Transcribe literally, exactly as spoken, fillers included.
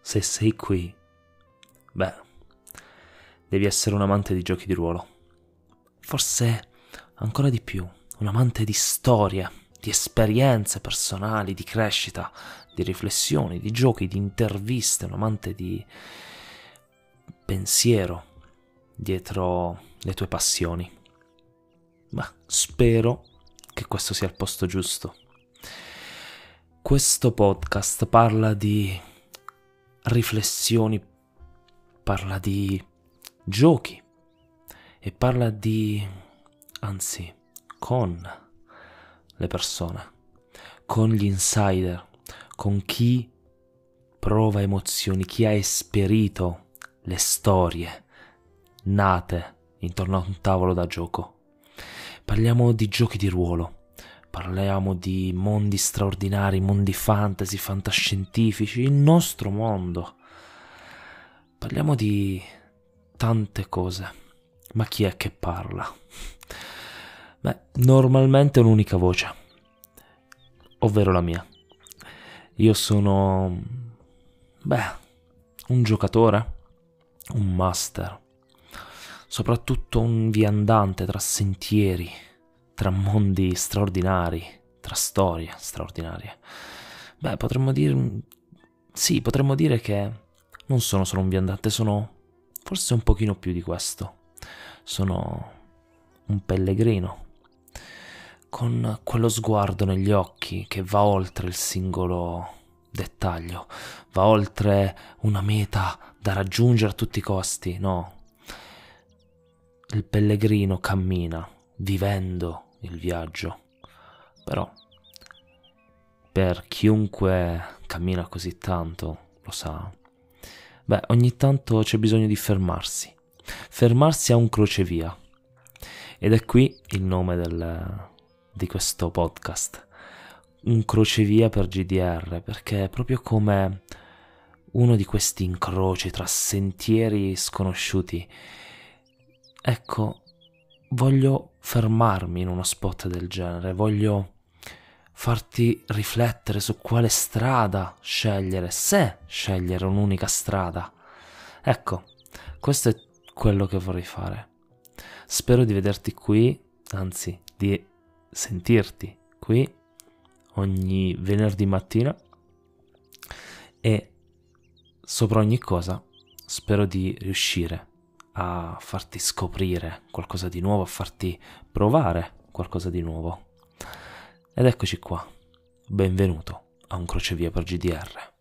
se sei qui, beh, devi essere un amante di giochi di ruolo. Forse ancora di più, un amante di storia, di esperienze personali, di crescita, di riflessioni, di giochi, di interviste, un amante di pensiero dietro le tue passioni. Ma spero che questo sia il posto giusto. Questo podcast parla di riflessioni, parla di giochi e parla di, anzi, con le persone, con gli insider, con chi prova emozioni, chi ha esperito le storie nate intorno a un tavolo da gioco. Parliamo di giochi di ruolo, parliamo di mondi straordinari, mondi fantasy, fantascientifici, il nostro mondo. Parliamo di tante cose, ma chi è che parla? Beh, normalmente un'unica voce, ovvero la mia. Io sono, beh, un giocatore, un master, soprattutto un viandante tra sentieri, tra mondi straordinari, tra storie straordinarie. Beh, potremmo dire, sì, potremmo dire che non sono solo un viandante, sono forse un pochino più di questo. Sono un pellegrino, con quello sguardo negli occhi che va oltre il singolo dettaglio, va oltre una meta da raggiungere a tutti i costi, no. Il pellegrino cammina, vivendo il viaggio, però per chiunque cammina così tanto, lo sa, beh, ogni tanto c'è bisogno di fermarsi, fermarsi a un crocevia, ed è qui il nome del, di questo podcast, un crocevia per G D R, perché è proprio come uno di questi incroci tra sentieri sconosciuti. Ecco, voglio fermarmi in uno spot del genere, voglio farti riflettere su quale strada scegliere, se scegliere un'unica strada. Ecco, questo è quello che vorrei fare. Spero di vederti qui, anzi, di sentirti qui ogni venerdì mattina e sopra ogni cosa spero di riuscire a farti scoprire qualcosa di nuovo, a farti provare qualcosa di nuovo. Ed eccoci qua, benvenuto a un crocevia per G D R.